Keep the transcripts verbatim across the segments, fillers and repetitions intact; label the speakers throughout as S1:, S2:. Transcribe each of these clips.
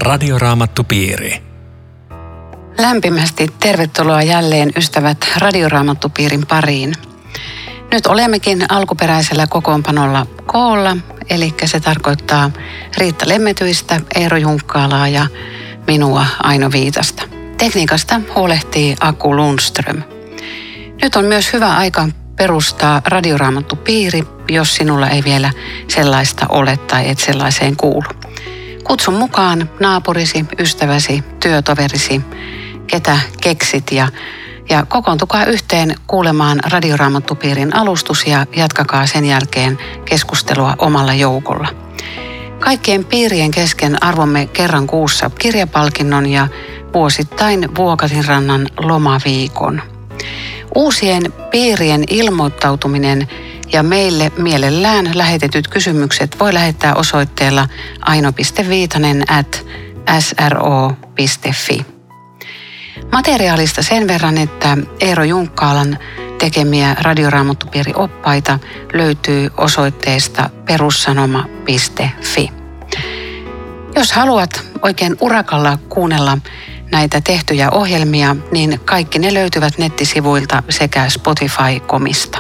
S1: Radioraamattupiiri.
S2: Lämpimästi tervetuloa jälleen ystävät Radioraamattupiirin pariin. Nyt olemmekin alkuperäisellä kokoonpanolla koolla, eli se tarkoittaa Riitta Lemmetyistä, Eero Junkkaalaa ja minua Aino Viitasta. Tekniikasta huolehtii Aku Lundström. Nyt on myös hyvä aika perustaa Radioraamattupiiri, jos sinulla ei vielä sellaista ole tai et sellaiseen kuulu. Kutsu mukaan naapurisi, ystäväsi, työtoverisi, ketä keksit ja, ja kokoontukaa yhteen kuulemaan Radioraamattupiirin alustus ja jatkakaa sen jälkeen keskustelua omalla joukolla. Kaikkien piirien kesken arvomme kerran kuussa kirjapalkinnon ja vuosittain Vuokatinrannan lomaviikon. Uusien piirien ilmoittautuminen ja meille mielellään lähetetyt kysymykset voi lähettää osoitteella aino piste viitanen at s r o piste f i. Materiaalista sen verran, että Eero Junkkaalan tekemiä Radioraamattupiiri-oppaita löytyy osoitteesta perussanoma piste f i. Jos haluat oikein urakalla kuunnella näitä tehtyjä ohjelmia, niin kaikki ne löytyvät nettisivuilta sekä Spotify-komista.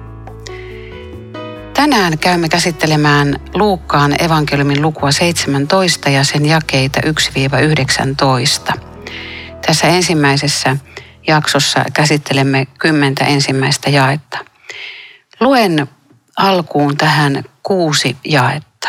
S2: Tänään käymme käsittelemään Luukkaan evankeliumin lukua seitsemäntoista ja sen jakeita yksi yhdeksäntoista. Tässä ensimmäisessä jaksossa käsittelemme kymmentä ensimmäistä jaetta. Luen alkuun tähän kuusi jaetta.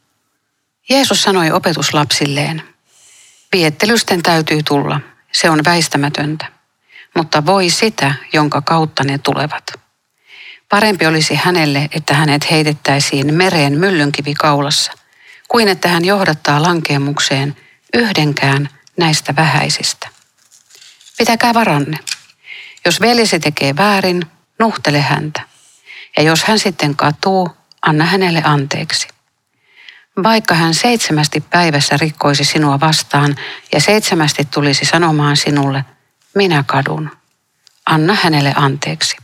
S2: Jeesus sanoi opetuslapsilleen: viettelysten täytyy tulla, se on väistämätöntä, mutta voi sitä, jonka kautta ne tulevat. Parempi olisi hänelle, että hänet heitettäisiin mereen myllynkivi kaulassa, kuin että hän johdattaa lankeemukseen yhdenkään näistä vähäisistä. Pitäkää varanne. Jos veljesi tekee väärin, nuhtele häntä. Ja jos hän sitten katuu, anna hänelle anteeksi. Vaikka hän seitsemästi päivässä rikkoisi sinua vastaan ja seitsemästi tulisi sanomaan sinulle, minä kadun, anna hänelle anteeksi.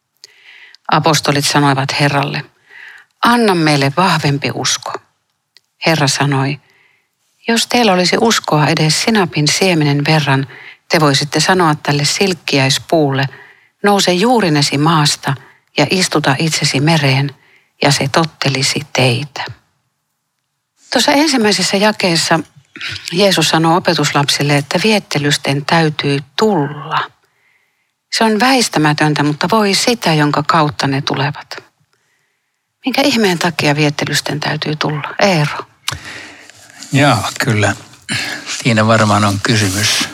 S2: Apostolit sanoivat Herralle, anna meille vahvempi usko. Herra sanoi, jos teillä olisi uskoa edes sinapin siemenen verran, te voisitte sanoa tälle silkkiäispuulle, nouse juurinesi maasta ja istuta itsesi mereen, ja se tottelisi teitä. Tuossa ensimmäisessä jakeessa Jeesus sanoo opetuslapsille, että viettelysten täytyy tulla. Se on väistämätöntä, mutta voi sitä, jonka kautta ne tulevat. Minkä ihmeen takia viettelysten täytyy tulla? Eero.
S3: Joo, kyllä. Siinä varmaan on kysymys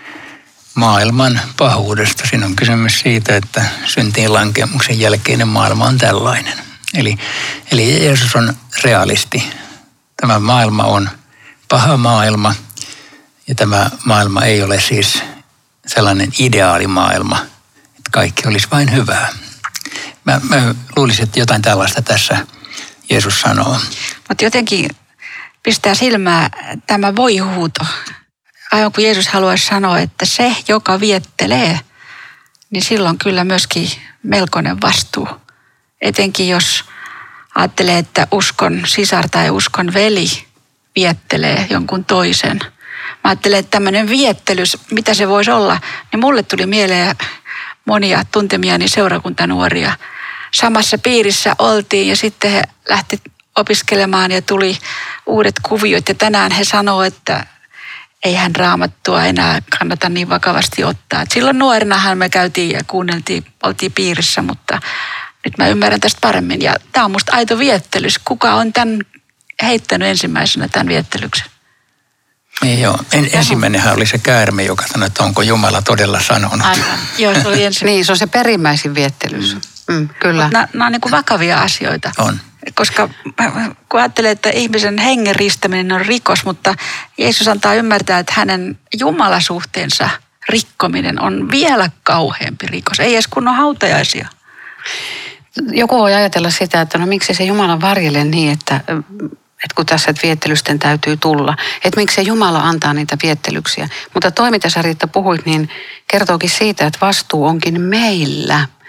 S3: maailman pahuudesta. Siinä on kysymys siitä, että syntiin lankeemuksen jälkeinen maailma on tällainen. Eli, eli Jeesus on realisti. Tämä maailma on paha maailma ja tämä maailma ei ole siis sellainen ideaalimaailma, että kaikki olisi vain hyvää. Mä, mä luulisin, että jotain tällaista tässä Jeesus sanoo.
S4: Mutta jotenkin pistää silmää tämä voi-huuto. Aivan kun Jeesus haluaisi sanoa, että se, joka viettelee, niin silloin kyllä myöskin melkoinen vastuu. Etenkin jos ajattelee, että uskon sisar tai uskon veli viettelee jonkun toisen. Mä ajattelen, että tämmöinen viettelys, mitä se voisi olla, niin mulle tuli mieleen monia tuntemiani seurakuntanuoria. Samassa piirissä oltiin ja sitten he lähti opiskelemaan ja tuli uudet kuviot. Ja tänään he sanoo, että eihän Raamattua enää kannata niin vakavasti ottaa. Et silloin nuorenahan me käytiin ja kuunneltiin, oltiin piirissä, mutta nyt mä ymmärrän tästä paremmin. Ja tämä on musta aito viettelys. Kuka on tämän heittänyt ensimmäisenä tämän viettelyksen?
S3: Niin joo. En, ensimmäinenhän oli se käärme, joka sanoi, että onko Jumala todella sanonut.
S4: Aivan. Joo, se oli ensin.
S2: Niin, se on se perimmäisin viettelys. Mm. Mm, kyllä.
S4: Nämä on niin kuin vakavia asioita.
S3: On.
S4: Koska kun ajattelee, että ihmisen hengen riistäminen on rikos, mutta Jeesus antaa ymmärtää, että hänen jumalasuhteensa rikkominen on vielä kauheampi rikos. Ei edes kunnon hautajaisia.
S2: Joku voi ajatella sitä, että no miksi se Jumala varjelee niin, että, että kun tässä että viettelysten täytyy tulla, että miksi se Jumala antaa niitä viettelyksiä. Mutta toi, mitä sä Riitta puhuit, niin kertookin siitä, että vastuu onkin meillä.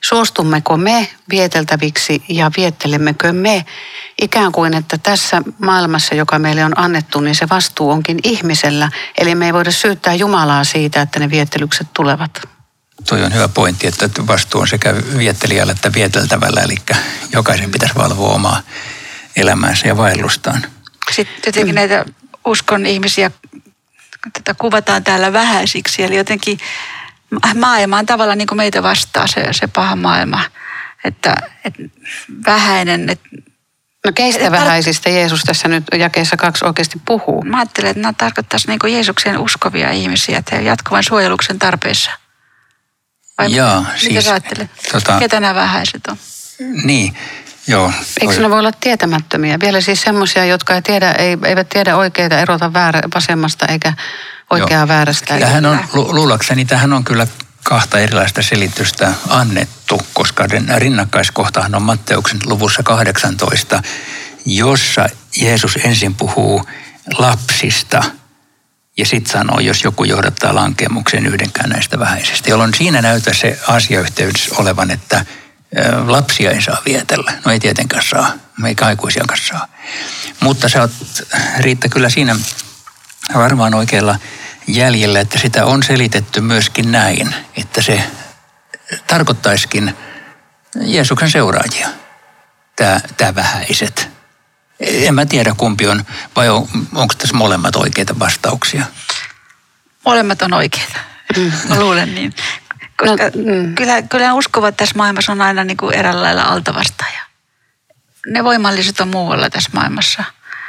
S2: Suostummeko me vieteltäviksi ja viettelemmekö me ikään kuin, että tässä maailmassa, joka meille on annettu, niin se vastuu onkin ihmisellä. Eli me ei voida syyttää Jumalaa siitä, että ne viettelykset tulevat.
S3: Toi on hyvä pointti, että vastuu on sekä viettelijällä että vieteltävällä, eli jokaisen pitäisi valvoa omaa elämäänsä ja vaellustaan.
S4: Sitten jotenkin näitä uskon ihmisiä tätä kuvataan täällä vähäisiksi, eli jotenkin maailma on tavallaan niin kuin meitä vastaa se, se paha maailma, että, että vähäinen. Että,
S2: no keistä vähäisistä Jeesus tässä nyt jakeessa kaksi oikeasti puhuu?
S4: Mä ajattelen, että nämä tarkoittaisi niin kuin Jeesuksen uskovia ihmisiä, että he jatkuvan suojeluksen tarpeessa. Vai
S3: Jaa,
S4: mitä
S3: siis,
S4: sä ajattelet?
S3: Tota,
S4: Ketä nämä vähäiset on?
S3: Niin, joo.
S2: Eikö ne voi olla tietämättömiä? Vielä siis semmoisia, jotka ei tiedä, ei, eivät tiedä oikeita erota väärä, vasemmasta eikä oikeaa joo. väärästä.
S3: Tähän on, lu, luulakseni tähän on kyllä kahta erilaista selitystä annettu, koska rinnakkaiskohtahan on Matteuksen luvussa kahdeksantoista, jossa Jeesus ensin puhuu lapsista ja sitten sanoo, jos joku johdattaa lankemukseen yhdenkään näistä vähäisistä, jolloin siinä näyttää se asiayhteys olevan, että lapsia ei saa vietellä. No ei tietenkään saa, eikä aikuisiakaan saa. Mutta sä oot, Riitta, kyllä siinä varmaan oikealla jäljellä, että sitä on selitetty myöskin näin, että se tarkoittaisikin Jeesuksen seuraajia, tämä, tämä vähäiset. En mä tiedä kumpi on, vai on, onko tässä molemmat oikeita vastauksia?
S4: Molemmat on oikeita. Mm. Mä luulen niin. Koska no, mm. kyllä, kyllä uskovat tässä maailmassa on aina niin kuin eräällä lailla altavastaaja. Ne voimalliset on muualla tässä maailmassa.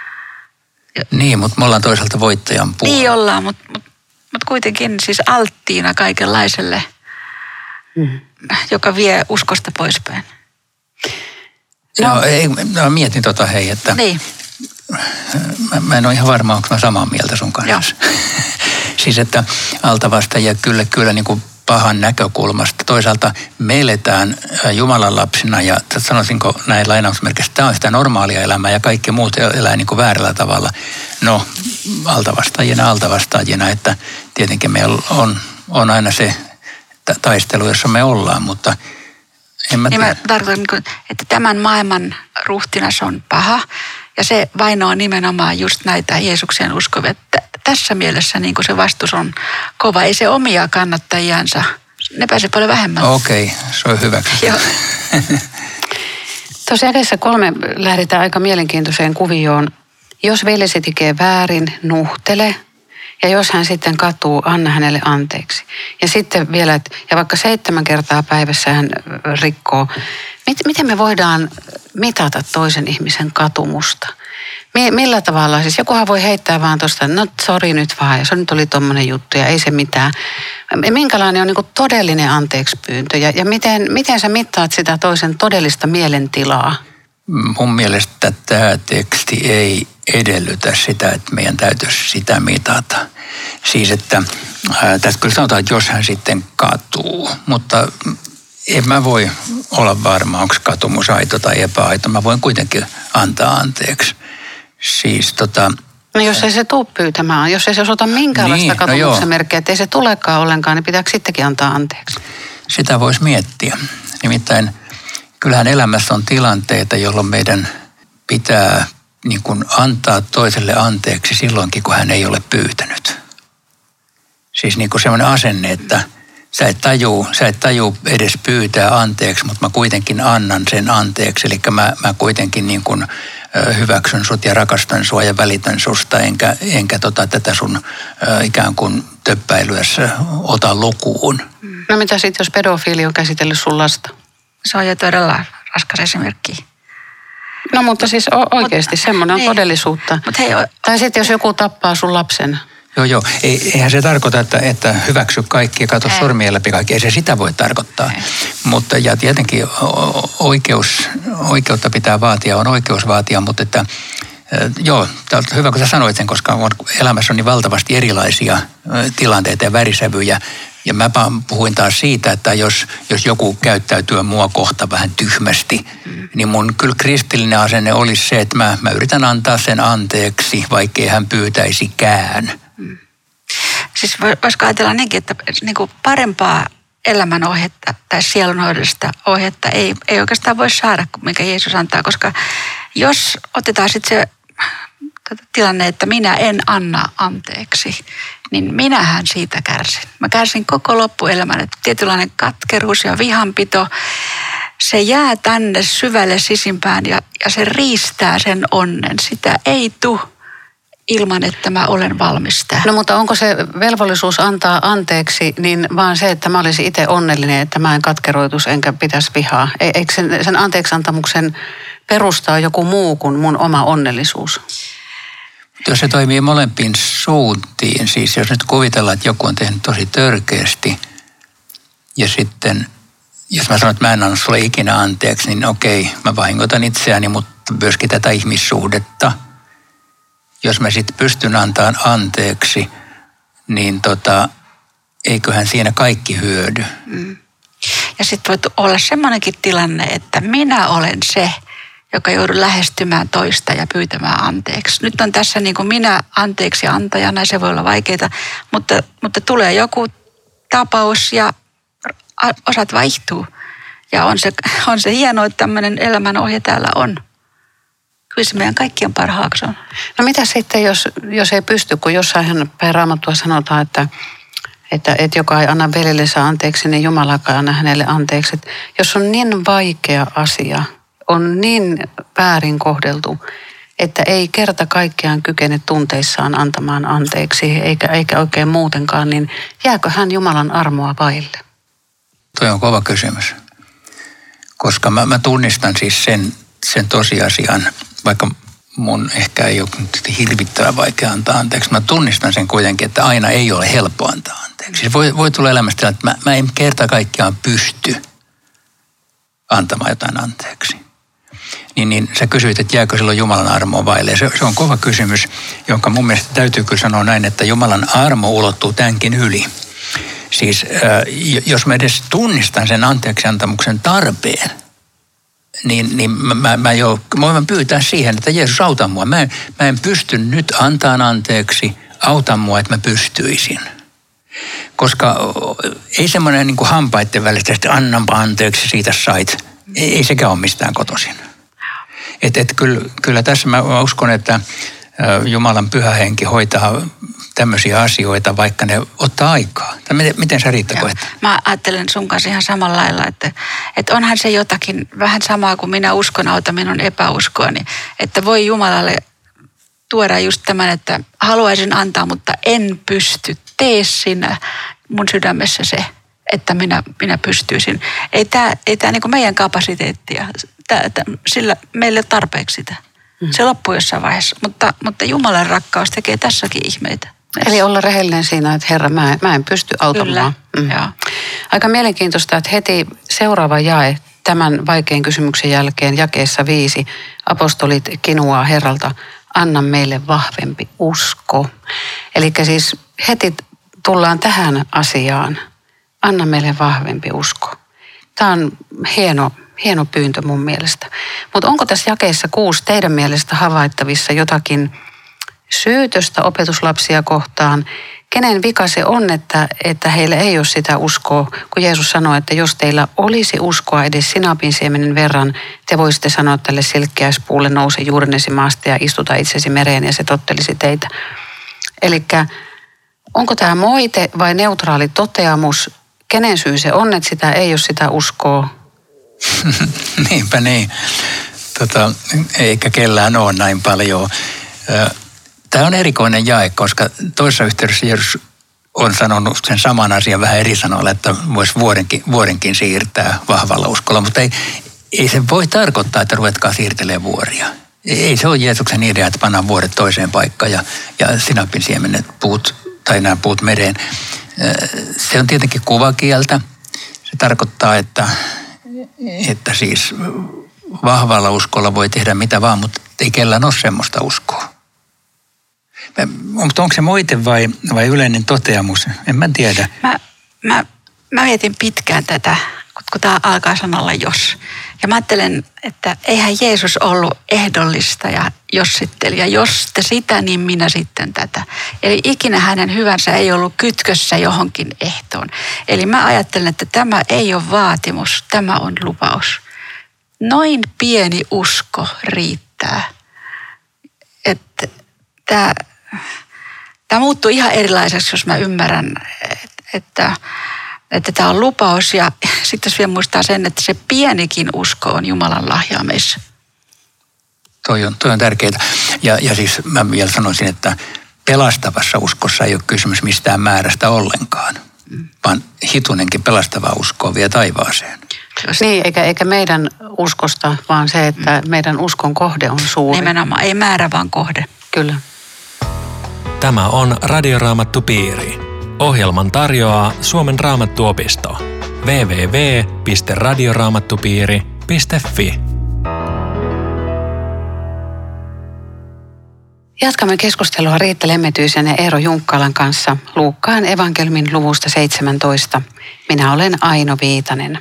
S3: Niin, mutta me ollaan toisaalta voittajan puolella.
S4: Niin ollaan, mutta, mutta, mutta kuitenkin siis alttiina kaikenlaiselle, mm. joka vie uskosta poispäin.
S3: No, no ei, no mietin tota hei, että
S4: niin.
S3: mä, mä en ole ihan varma, onko mä samaa mieltä sun kanssa. Siis, että altavastaajia kyllä, kyllä niin kuin pahan näkökulmasta. Toisaalta me eletään Jumalan lapsina ja sanoisinko näin lainausmerkissä, tämä on sitä normaalia elämää ja kaikki muut elää niin kuin väärällä tavalla. No, altavastaajina, altavastaajina, että tietenkin meillä on, on aina se taistelu, jossa me ollaan, mutta en mä tiedä.
S4: Niin mä tarkoitan, että tämän maailman ruhtinas on paha ja se vainoaa nimenomaan just näitä Jeesuksen uskovia. Tässä mielessä niin kuin se vastus on kova. Ei se omia kannattajiansa. Ne pääsee paljon vähemmän.
S3: Okei, okay, se on hyväksi.
S4: Joo.
S2: Tuossa jakeessa kolme lähdetään aika mielenkiintoiseen kuvioon. Jos veljesi tekee väärin, nuhtele. Ja jos hän sitten katuu, anna hänelle anteeksi. Ja sitten vielä, että, ja vaikka seitsemän kertaa päivässä hän rikkoo. Miten me voidaan mitata toisen ihmisen katumusta? Millä tavalla? Siis jokuhan voi heittää vaan tuosta, no sori nyt vaan, ja se nyt oli tommonen juttu ja ei se mitään. Minkälainen on niin kuin todellinen anteekspyyntö ja, ja miten, miten sä mittaat sitä toisen todellista mielentilaa?
S3: Mun mielestä tämä teksti ei edellytä sitä, että meidän täytyisi sitä mitata. Siis, että ää, tässä kyllä sanotaan, että jos hän sitten katuu, mutta en mä voi olla varma, onko katumus aito tai epäaito. Mä voin kuitenkin antaa anteeksi. Siis tota...
S2: No jos ei se tule pyytämään, jos ei se osoita minkäänlaista niin, katumuksen no merkkiä, että ei se tulekaan ollenkaan, niin pitääkö sittenkin antaa anteeksi?
S3: Sitä voisi miettiä. Nimittäin kyllähän elämässä on tilanteita, jolloin meidän pitää niin kuin antaa toiselle anteeksi silloinkin, kun hän ei ole pyytänyt. Siis niin kuin semmoinen asenne, että sä et tajuu, sä et tajuu edes pyytää anteeksi, mutta mä kuitenkin annan sen anteeksi. Eli mä, mä kuitenkin niin kuin hyväksyn sut ja rakastan sua ja välitän susta, enkä, enkä tota tätä sun äh, ikään kuin töppäilyässä ota lukuun.
S2: No mitä sitten, jos pedofiili on käsitellyt sun lasta?
S4: Se on jo todella raskas esimerkki.
S2: No mutta siis oikeasti semmoinen on niin. Todellisuutta.
S4: Mut hei, o-
S2: tai sitten jos joku tappaa sun lapsen.
S3: Joo, joo. Ei, eihän se tarkoita, että, että hyväksy kaikki ja katso sormien läpi kaikki. Ei se sitä voi tarkoittaa. Ei. Mutta ja tietenkin oikeus, oikeutta pitää vaatia, on oikeus vaatia, mutta että joo, hyvä kun sä sanoit sen, koska elämässä on niin valtavasti erilaisia tilanteita ja värisävyjä. Ja mä puhuin taas siitä, että jos, jos joku käyttäytyy mua kohta vähän tyhmästi, mm. niin mun kyllä kristillinen asenne olisi se, että mä, mä yritän antaa sen anteeksi, vaikkei hän pyytäisikään.
S4: Mm. Siis voisiko ajatella niinkin, että niin kuin parempaa elämän ohjetta tai sielunhoidollista ohjetta ei, ei oikeastaan voi saada, mikä Jeesus antaa, koska jos otetaan sitten se tilanne, että minä en anna anteeksi, niin minähän siitä kärsin. Mä kärsin koko loppuelämän, että tietynlainen katkeruus ja vihanpito, se jää tänne syvälle sisimpään ja, ja se riistää sen onnen. Sitä ei tule ilman, että mä olen valmis tähän.
S2: No mutta onko se velvollisuus antaa anteeksi, niin vaan se, että mä olisin itse onnellinen, että mä en katkeroitus enkä pitäisi vihaa. E- eikö sen, sen anteeksiantamuksen perustaa joku muu kuin mun oma onnellisuus?
S3: Jos se toimii molempiin suuntiin, siis jos nyt kuvitellaan, että joku on tehnyt tosi törkeästi ja sitten, jos mä sanon, että mä en anna sulle ikinä anteeksi, niin okei, mä vahingoitan itseäni, mutta myöskin tätä ihmissuhdetta. Jos mä sitten pystyn antamaan anteeksi, niin tota, eiköhän siinä kaikki hyödy.
S4: Mm. Ja sitten voi olla semmoinenkin tilanne, että minä olen se, joka joudun lähestymään toista ja pyytämään anteeksi. Nyt on tässä niin kuin minä anteeksi antajana, se voi olla vaikeaa, mutta, mutta tulee joku tapaus ja osat vaihtuu. Ja on se, on se hienoa, että tämmöinen elämänohje täällä on. Kyllä se meidän kaikkien parhaaksi on.
S2: No mitä sitten, jos, jos ei pysty, kun jossain päin Raamattua sanotaan, että, että, että joka ei anna veljellensä anteeksi, niin Jumalakaan anna hänelle anteeksi. Että jos on niin vaikea asia, on niin väärin kohdeltu, että ei kerta kaikkiaan kykene tunteissaan antamaan anteeksi, eikä, eikä oikein muutenkaan, niin jääkö hän Jumalan armoa vaille?
S3: Toi on kova kysymys, koska mä, mä tunnistan siis sen, sen tosiasian, vaikka mun ehkä ei ole hirvittävän vaikea antaa anteeksi. Mä tunnistan sen kuitenkin, että aina ei ole helppo antaa anteeksi. Siis voi, voi tulla elämästä, että mä, mä en kerta kaikkiaan pysty antamaan jotain anteeksi. Niin, niin sä kysyit, että jääkö silloin Jumalan armoa vaille. Se, se on kova kysymys, jonka mun mielestä täytyy kyllä sanoa näin, että Jumalan armo ulottuu tämänkin yli. Siis äh, jos mä edes tunnistan sen anteeksiantamuksen tarpeen, niin, niin mä, mä, mä jo mä voin pyytää siihen, että Jeesus auta mua. Mä, mä en pysty nyt antaan anteeksi, auta mua, että mä pystyisin. Koska ei semmoinen niin kuin hampaiden välistä, että annanpa anteeksi, siitä sait. Ei, ei sekään ole mistään kotoisin. Että et kyllä, kyllä tässä mä uskon, että Jumalan pyhä henki hoitaa tämmöisiä asioita, vaikka ne ottaa aikaa. Tai miten, miten sä Riitta koet?
S4: Mä ajattelen sun kanssa ihan samalla lailla, että, että onhan se jotakin vähän samaa kuin minä uskon auta minun epäuskoani. Että voi Jumalalle tuoda just tämän, että haluaisin antaa, mutta en pysty. Tee sinä mun sydämessä se, että minä, minä pystyisin. Ei tämä ei tää niinku meidän kapasiteettia, tää, tää, sillä meillä ei ole tarpeeksi sitä. Se loppuu jossain vaiheessa, mutta, mutta Jumalan rakkaus tekee tässäkin ihmeitä.
S2: Eli olla rehellinen siinä, että Herra, mä en, mä en pysty auttamaan.
S4: Kyllä, mm.
S2: Aika mielenkiintoista, että heti seuraava jae tämän vaikean kysymyksen jälkeen, jakeessa viisi, apostolit kinuaa Herralta, anna meille vahvempi usko. Eli siis heti tullaan tähän asiaan, anna meille vahvempi usko. Tämä on hieno, hieno pyyntö mun mielestä. Mutta onko tässä jakeessa kuusi teidän mielestä havaittavissa jotakin syytöstä opetuslapsia kohtaan? Kenen vika se on, että, että heillä ei ole sitä uskoa, kun Jeesus sanoi, että jos teillä olisi uskoa edes sinapin siemenen verran, te voisitte sanoa tälle silkkiäispuulle, nouse juurenesi maasta ja istuta itsesi mereen ja se tottelisi teitä. Elikkä onko tämä moite vai neutraali toteamus? Kenen syy se on, että sitä ei ole sitä uskoa?
S3: Niinpä niin. Tota, eikä kellään ole näin paljon. Tämä on erikoinen jae, koska toisessa yhteydessä Jeesus on sanonut sen saman asian vähän eri sanoilla, että voisi vuodenkin, vuodenkin siirtää vahvalla uskolla, mutta ei, ei se voi tarkoittaa, että ruvetkaa siirtelemään vuoria. Ei se ole Jeesuksen idea, että pannaan vuodet toiseen paikkaan ja, ja sinapin siemenet puut tai nämä puut mereen. Se on tietenkin kuvakieltä. Se tarkoittaa, että, että siis vahvalla uskolla voi tehdä mitä vaan, mutta ei kellään ole semmoista uskoa. Mutta onko se moite vai, vai yleinen toteamus? En mä tiedä.
S4: Mä, mä, mä mietin pitkään tätä, kun tämä alkaa sanalla jos. Ja mä ajattelen, että eihän Jeesus ollut ehdollista ja jossittelija. Jos te sitä, niin minä sitten tätä. Eli ikinä hänen hyvänsä ei ollut kytkössä johonkin ehtoon. Eli mä ajattelen, että tämä ei ole vaatimus, tämä on lupaus. Noin pieni usko riittää. Että tämä, tämä muuttuu ihan erilaiseksi, jos mä ymmärrän, että Että tämä on lupaus ja sitten jos vielä muistaa sen, että se pienikin usko on Jumalan lahjaa meissä.
S3: Toi on, toi on tärkeää. Ja, ja siis mä vielä sanoisin, että pelastavassa uskossa ei ole kysymys mistään määrästä ollenkaan, mm. vaan hitunenkin pelastava usko vie taivaaseen.
S2: Niin, eikä, eikä meidän uskosta, vaan se, että mm. meidän uskon kohde on suuri.
S4: Nimenomaan, ei määrä, vaan kohde.
S2: Kyllä.
S1: Tämä on Radioraamattupiiri. Ohjelman tarjoaa Suomen Raamattuopisto. double-u double-u double-u piste radioraamattupiiri piste fi.
S2: Jatkamme keskustelua Riitta Lemmetyisen ja Eero Junkkalan kanssa Luukkaan evankeliumin luvusta seitsemäntoista. Minä olen Aino Viitanen.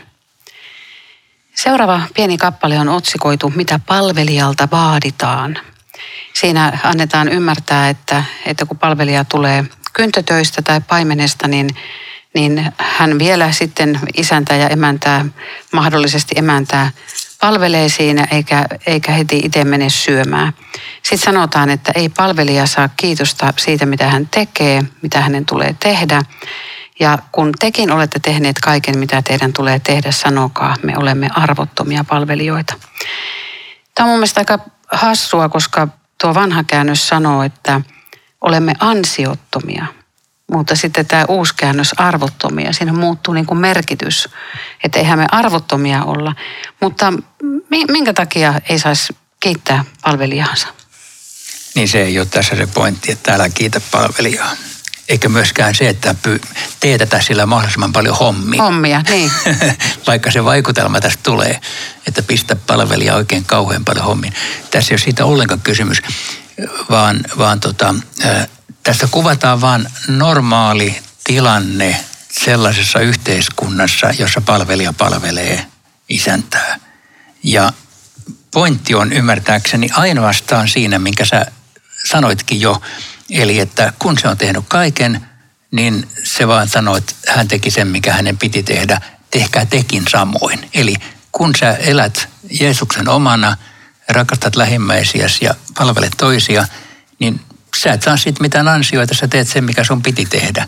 S2: Seuraava pieni kappale on otsikoitu Mitä palvelijalta vaaditaan. Siinä annetaan ymmärtää, että, että kun palvelija tulee kyntötöistä tai paimenesta, niin, niin hän vielä sitten isäntää ja emäntää, mahdollisesti emäntää, palvelee siinä eikä, eikä heti itse mene syömään. Sitten sanotaan, että ei palvelija saa kiitosta siitä, mitä hän tekee, mitä hänen tulee tehdä. Ja kun tekin olette tehneet kaiken, mitä teidän tulee tehdä, sanokaa, me olemme arvottomia palvelijoita. Tämä on mun mielestä aika hassua, koska tuo vanha käännös sanoo, että olemme ansiottomia, mutta sitten tämä uusi käännös arvottomia, siinä muuttuu niin kuin merkitys, että eihän me arvottomia olla, mutta minkä takia ei saisi kiittää palvelijaansa?
S3: Niin se ei ole tässä se pointti, että älä kiitä palvelijaa. Eikä myöskään se, että teetätä sillä mahdollisimman paljon hommia.
S2: Hommia, niin.
S3: Vaikka se vaikutelma tästä tulee, että pistä palvelija oikein kauhean paljon hommiin. Tässä ei ole siitä ollenkaan kysymys. Vaan, vaan tota, tässä kuvataan vaan normaali tilanne sellaisessa yhteiskunnassa, jossa palvelija palvelee isäntää. Ja pointti on ymmärtääkseni ainoastaan siinä, minkä sä sanoitkin jo, eli että kun se on tehnyt kaiken, niin se vaan sanoo, että hän teki sen, mikä hänen piti tehdä, tehkää tekin samoin. Eli kun sä elät Jeesuksen omana, rakastat lähimmäisiäsi ja palvelet toisia, niin sä et saa siitä mitään ansioita, sä teet sen, mikä sun piti tehdä.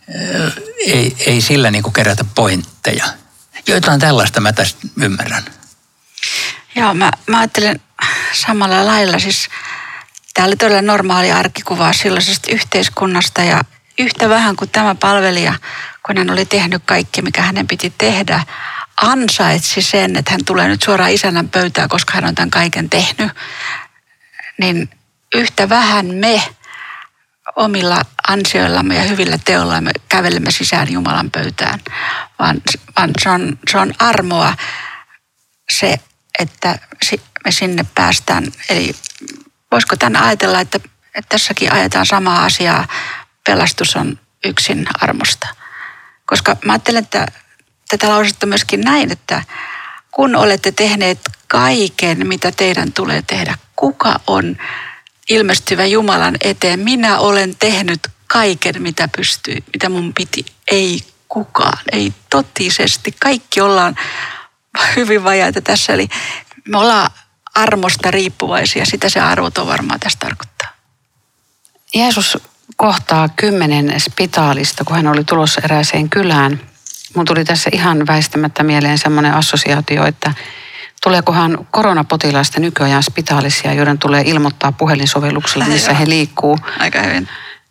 S3: Ei, ei sillä niin kuin kerätä pointteja. Jotain tällaista mä tästä ymmärrän.
S4: Joo, mä, mä ajattelen samalla lailla. Siis tämä oli todella normaali arkikuva sellaisesta yhteiskunnasta ja yhtä vähän kuin tämä palvelija, kun hän oli tehnyt kaikki, mikä hänen piti tehdä, ansaitsi sen, että hän tulee nyt suoraan isännän pöytään, koska hän on tämän kaiken tehnyt, niin yhtä vähän me omilla ansioillamme ja hyvillä teoillamme kävelemme sisään Jumalan pöytään, vaan, vaan se, on, se on armoa se, että me sinne päästään. Eli voisiko tämän ajatella, että, että tässäkin ajetaan samaa asiaa, pelastus on yksin armosta. Koska mä ajattelen, että tätä lausetta myöskin näin, että kun olette tehneet kaiken, mitä teidän tulee tehdä, kuka on ilmestyvä Jumalan eteen? Minä olen tehnyt kaiken, mitä pystyy, mitä mun piti. Ei kukaan, ei totisesti. Kaikki ollaan hyvin vajaita tässä. Eli me ollaan armosta riippuvaisia. Sitä se arvoton varmaan tässä tarkoittaa.
S2: Jeesus kohtaa kymmenen spitaalista, kun hän oli tulossa erääseen kylään. Mun tuli tässä ihan väistämättä mieleen semmoinen assosiaatio, että tuleekohan koronapotilaista nykyajan spitaalisia, joiden tulee ilmoittaa puhelinsovelluksella, missä he liikkuu.
S4: Aika hyvin.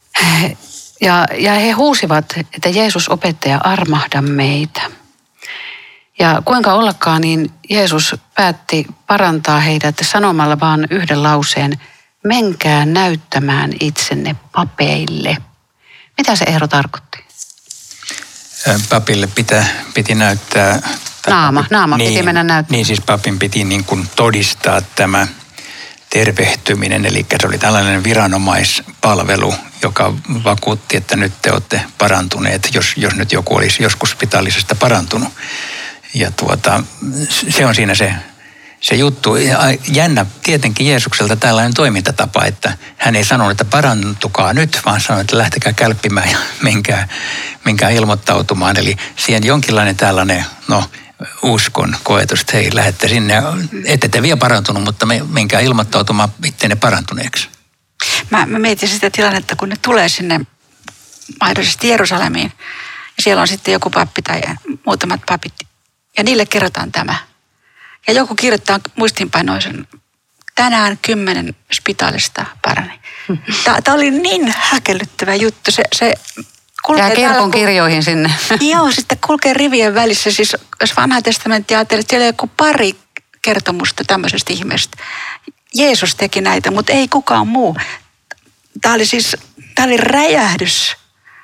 S2: Ja, ja he huusivat, että Jeesus opettaja, armahda meitä. Ja kuinka ollakaan, niin Jeesus päätti parantaa heidät sanomalla vaan yhden lauseen, menkää näyttämään itsenne papeille. Mitä se Eero tarkoitti?
S3: Papille pitä, piti näyttää...
S2: Naama, naama
S3: niin,
S2: piti mennä näyttämään.
S3: Niin siis papin piti niin kuin todistaa tämä tervehtyminen, eli se oli tällainen viranomaispalvelu, joka vakuutti, että nyt te olette parantuneet, jos, jos nyt joku olisi joskus spitaalisesta parantunut. ja tuota, se on siinä se, se juttu. Ja jännä tietenkin Jeesukselta tällainen toimintatapa, että hän ei sanonut, että parantukaa nyt, vaan sanoi, että lähtekää kälppimään ja menkää, menkää ilmoittautumaan. Eli siihen jonkinlainen tällainen, no uskon koetus, että hei, lähette sinne, ette te vielä parantunut, mutta menkää ilmoittautumaan itseenne parantuneeksi.
S4: Mä, mä mietin sitä tilannetta, kun ne tulee sinne mahdollisesti Jerusalemiin. Ja siellä on sitten joku pappi tai muutamat papit. Ja niille kerrotaan tämä. Ja joku kirjoittaa muistiinpanoisen, tänään kymmenen spitaalista parani. Tämä oli niin häkellyttävä juttu. Se, se
S2: kulkee ja kirkon täällä, kirjoihin sinne.
S4: Joo, sitten kulkee rivien välissä. Siis jos vanha testamentti ajattelee, että siellä on joku pari kertomusta tämmöisestä ihmeestä. Jeesus teki näitä, mutta ei kukaan muu. Tämä oli siis, tämä oli räjähdys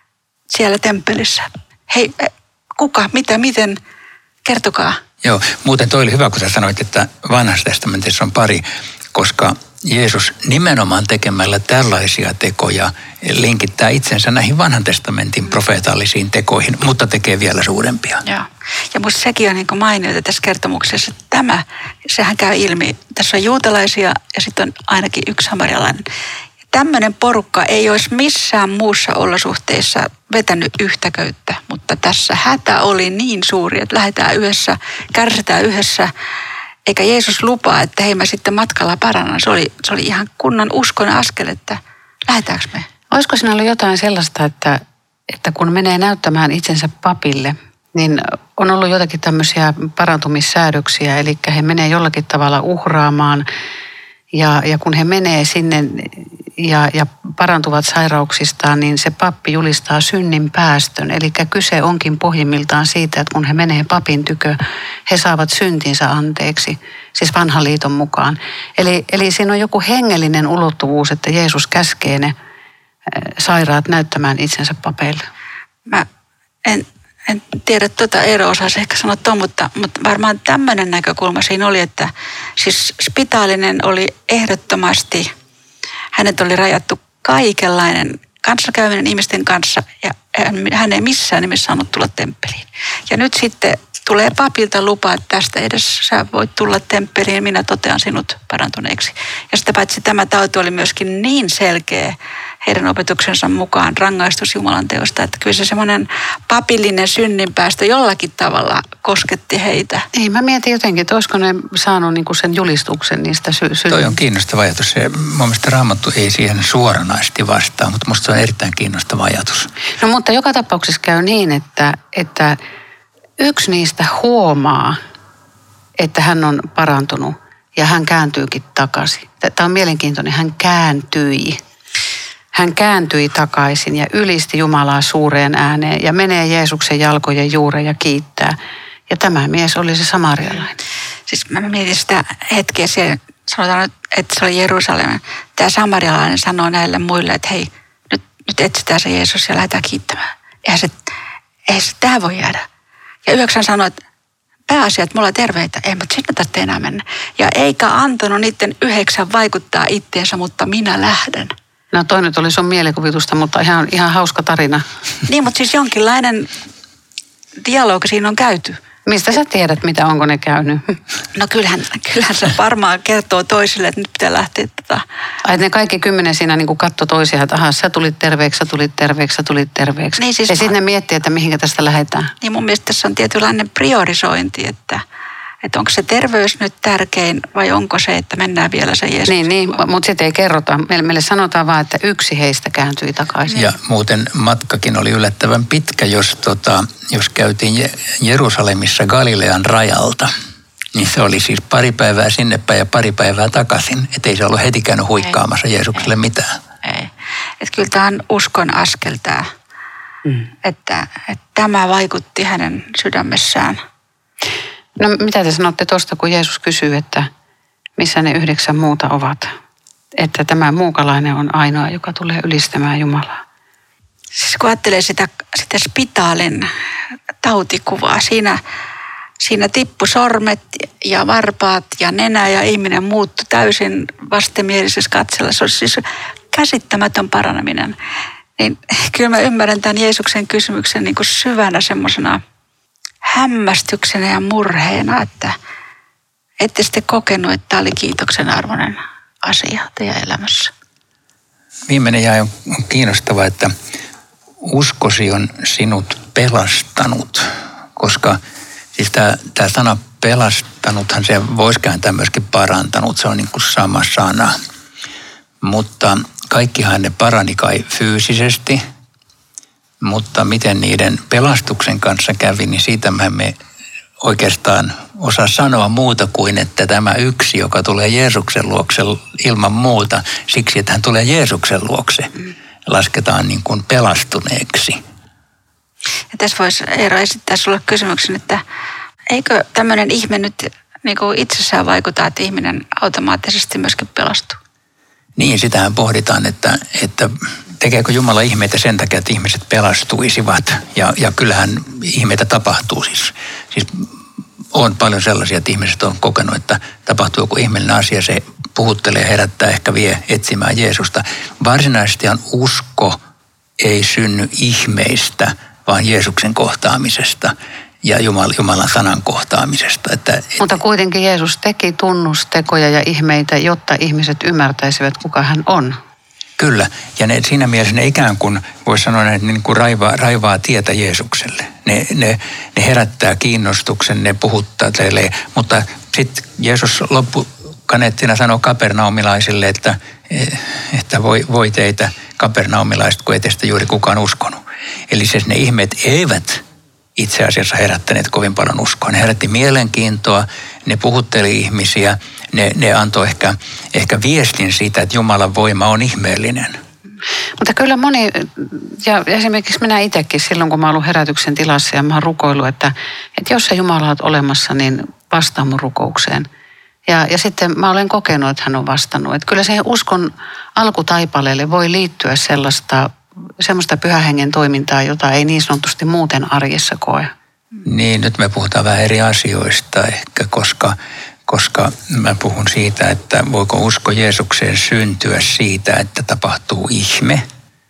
S4: siellä temppelissä. Hei, kuka, mitä, miten, kertokaa.
S3: Joo, muuten toi oli hyvä, kun sä sanoit, että vanhassa testamentissa on pari, koska Jeesus nimenomaan tekemällä tällaisia tekoja linkittää itsensä näihin vanhan testamentin profeetallisiin tekoihin, mutta tekee vielä suurempia.
S4: Joo. Ja musta sekin on niin kuin mainiota tässä kertomuksessa, että tämä, sehän käy ilmi. Tässä on juutalaisia ja sitten on ainakin yksi samarialainen. Tämmöinen porukka ei olisi missään muussa olosuhteissa vetänyt yhtä köyttä, mutta tässä hätä oli niin suuri, että lähdetään yhdessä, kärsitään yhdessä. Eikä Jeesus lupaa, että hei mä sitten matkalla parannan. Se oli, se oli ihan kunnan uskon askel, että lähdetäänkö me?
S2: Olisiko siinä ollut jotain sellaista, että, että kun menee näyttämään itsensä papille, niin on ollut jotakin tämmöisiä parantumissäädöksiä, eli he menee jollakin tavalla uhraamaan. Ja, ja kun he menee sinne ja, ja parantuvat sairauksistaan, niin se pappi julistaa synnin päästön. Eli kyse onkin pohjimmiltaan siitä, että kun he menee papin tykö, he saavat syntinsä anteeksi, siis vanhan liiton mukaan. Eli, eli siinä on joku hengellinen ulottuvuus, että Jeesus käskee ne sairaat näyttämään itsensä papeille.
S4: Mä en, en tiedä tuota Eero osaisi ehkä sanoa tuon, mutta, mutta varmaan tämmöinen näkökulma siinä oli, että siis spitaalinen oli ehdottomasti, hänet oli rajattu kaikenlainen kanssakäyminen ihmisten kanssa ja hän ei missään nimessä saanut tulla temppeliin. Ja nyt sitten tulee papilta lupa, että tästä edes sä voit tulla temppeliin, minä totean sinut parantuneeksi. Ja sitä paitsi tämä tauti oli myöskin niin selkeä heidän opetuksensa mukaan rangaistus Jumalan teosta, että kyllä se semmoinen papillinen synninpäästö jollakin tavalla kosketti heitä.
S2: Ei, mä mietin jotenkin, että olisiko ne saanut niinku sen julistuksen niistä sy- sy-
S3: Toi on kiinnostava ajatus. Se, mun mielestä Raamattu ei siihen suoranaisesti vastaa, mutta musta se on erittäin kiinnostava ajatus.
S2: No mutta joka tapauksessa käy niin, että, että yksi niistä huomaa, että hän on parantunut ja hän kääntyykin takaisin. Tämä on mielenkiintoinen, hän kääntyi. Hän kääntyi takaisin ja ylisti Jumalaa suureen ääneen ja menee Jeesuksen jalkojen juureen ja kiittää. Ja tämä mies oli se samarialainen.
S4: Siis mä mietin sitä hetkeä siellä, sanotaan, että se oli Jerusalem. Tämä samarialainen sanoi näille muille, että hei, nyt, nyt etsitään se Jeesus ja lähdetään kiittämään. Eihän se, eihän se tähän voi jäädä. Ja yhdeksän sanoi, että pääasia, että mulla on terveitä, ei, mutta sinne tarvitse enää mennä. Ja eikä antanut niiden yhdeksän vaikuttaa itteensä, mutta minä lähden.
S2: No toi nyt oli sun mielikuvitusta, mutta ihan, ihan hauska tarina.
S4: Niin, mutta siis jonkinlainen dialogi siinä on käyty.
S2: Mistä sä tiedät, mitä onko ne käynyt?
S4: No kyllähän, kyllähän se varmaan kertoo toisille, että nyt pitää lähteä tätä.
S2: Ai, ne kaikki kymmenen siinä niin katsoi toisiaan, että aha, sä tulit terveeksi, sä tulit terveeksi, sä tulit terveeksi.
S4: Niin siis
S2: ja sitten ne miettii, että mihinkä tästä lähdetään.
S4: Niin mun mielestä tässä on tietynlainen priorisointi, että, että onko se terveys nyt tärkein vai onko se, että mennään vielä se Jeesus.
S2: Niin, niin mutta sitten ei kerrota. Meille, meille sanotaan vaan, että yksi heistä kääntyi takaisin.
S3: Ja muuten matkakin oli yllättävän pitkä, jos, tota, jos käytiin Jerusalemissa Galilean rajalta. Niin se oli siis pari päivää sinne päin ja pari päivää takaisin. Että ei se ollut heti käynyt huikkaamassa ei, Jeesukselle ei, mitään.
S4: Ei. Että kyllä tämä on uskon askel tämä, mm. että, että tämä vaikutti hänen sydämessään.
S2: No mitä te sanotte tuosta, kun Jeesus kysyy, että missä ne yhdeksän muuta ovat? Että tämä muukalainen on ainoa, joka tulee ylistämään Jumalaa.
S4: Siis kun ajattelee sitä, sitä spitaalin tautikuvaa, siinä, siinä tippu sormet ja varpaat ja nenä ja ihminen muuttui täysin vastenmielisessä katsella. Se olisi siis käsittämätön paraneminen. Niin kyllä mä ymmärrän tämän Jeesuksen kysymyksen niin kuin syvänä semmoisena hämmästyksenä ja murheena, että ette sitten kokenut, että tämä oli kiitoksen arvoinen asia teidän elämässä?
S3: Viimeinen jae on kiinnostava, että uskosi on sinut pelastanut, koska siis tämä, tämä sana pelastanuthan se voisi kääntää myöskin parantanut, se on niin kuin sama sana. Mutta kaikkihan ne parani kai fyysisesti, mutta miten niiden pelastuksen kanssa kävi, niin siitä me emme oikeastaan osaa sanoa muuta kuin, että tämä yksi, joka tulee Jeesuksen luokse ilman muuta, siksi että hän tulee Jeesuksen luokse, lasketaan niin kuin pelastuneeksi.
S4: Ja tässä voisi Eero esittää sinulle kysymyksen, että eikö tämmöinen ihme nyt niin kuin itsessään vaikuta, että ihminen automaattisesti myöskin pelastuu?
S3: Niin, sitähän pohditaan, että, että tekeekö Jumala ihmeitä sen takia, että ihmiset pelastuisivat. Ja, ja kyllähän ihmeitä tapahtuu siis. Siis on paljon sellaisia, että ihmiset on kokenut, että tapahtuu joku ihmeellinen asia, se puhuttelee, herättää, ehkä vie etsimään Jeesusta. Varsinaisestihan usko ei synny ihmeistä, vaan Jeesuksen kohtaamisesta ja Jumalan, Jumalan sanan kohtaamisesta. Että,
S2: Mutta kuitenkin Jeesus teki tunnustekoja ja ihmeitä, jotta ihmiset ymmärtäisivät, kuka hän on.
S3: Kyllä, ja ne, siinä mielessä ne ikään kuin, voisi sanoa, että ne niin kuin raivaa, raivaa tietä Jeesukselle. Ne, ne, ne herättää kiinnostuksen, ne puhuttaa teille, mutta sitten Jeesus loppukaneettina sanoo kapernaumilaisille, että, että voi, voi teitä kapernaumilaiset, kun ei teistä juuri kukaan uskonut. Eli siis ne ihmeet eivät itse asiassa herättäneet kovin paljon uskoa. Ne herätti mielenkiintoa, ne puhutteli ihmisiä, ne, ne antoi ehkä, ehkä viestin siitä, että Jumalan voima on ihmeellinen.
S2: Mutta kyllä moni, ja esimerkiksi minä itsekin silloin, kun mä oon ollut herätyksen tilassa ja mä oon rukoillut, että, että jos sä Jumala oot olemassa, niin vastaa mun rukoukseen. Ja, ja sitten mä olen kokenut, että hän on vastannut. Että kyllä siihen uskon alkutaipaleelle voi liittyä sellaista, semmoista pyhän hengen toimintaa, jota ei niin sanotusti muuten arjessa koe.
S3: Niin, nyt me puhutaan vähän eri asioista ehkä, koska, koska mä puhun siitä, että voiko usko Jeesukseen syntyä siitä, että tapahtuu ihme.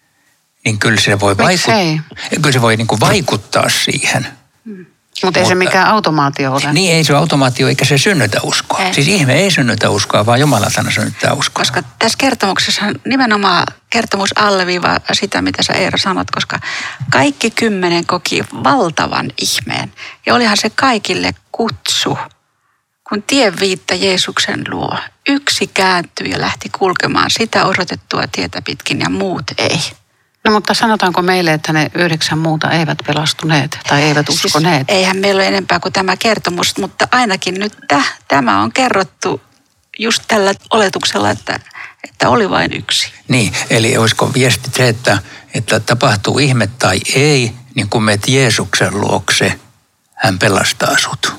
S3: Niin kyllä se voi, vaikut- kyllä se voi niin kuin vaikuttaa siihen.
S2: Hmm. Mutta ei se mikään automaatio ole.
S3: Niin, ei se ole automaatio, eikä se synnytä uskoa. Ei. Siis ihme ei synnytä uskoa, vaan Jumalan sana synnyttää uskoa.
S4: Koska tässä kertomuksessa nimenomaan kertomus alleviivaa sitä, mitä sä Eero sanot, koska kaikki kymmenen koki valtavan ihmeen. Ja olihan se kaikille kutsu, kun tien viitta Jeesuksen luo. Yksi kääntyi ja lähti kulkemaan sitä odotettua tietä pitkin ja muut ei.
S2: No mutta sanotaanko meille, että ne yhdeksän muuta eivät pelastuneet tai eivät uskoneet?
S4: Siis eihän meillä ole enempää kuin tämä kertomus, mutta ainakin nyt täh, tämä on kerrottu just tällä oletuksella, että, että oli vain yksi.
S3: Niin, eli olisiko viesti se, että, että tapahtuu ihme tai ei, niin kun menet Jeesuksen luokse, hän pelastaa sut.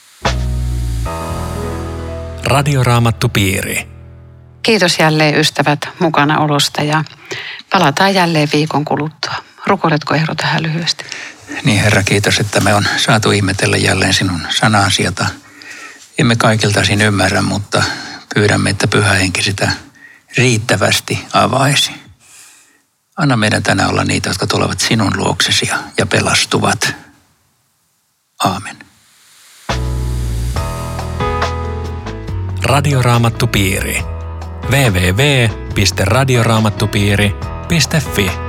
S1: Radioraamattupiiri.
S2: Kiitos jälleen ystävät mukana olosta ja palataan jälleen viikon kuluttua. Rukoiletko Eero tähän lyhyesti?
S3: Niin Herra, kiitos, että me on saatu ihmetellä jälleen sinun sanasi, jota emme kaikilta siinä ymmärrä, mutta pyydämme, että Pyhä Henki sitä riittävästi avaisi. Anna meidän tänään olla niitä, jotka tulevat sinun luoksesi ja pelastuvat. Aamen.
S1: Radioraamattupiiri. double-u double-u double-u piste radioraamattupiiri piste fi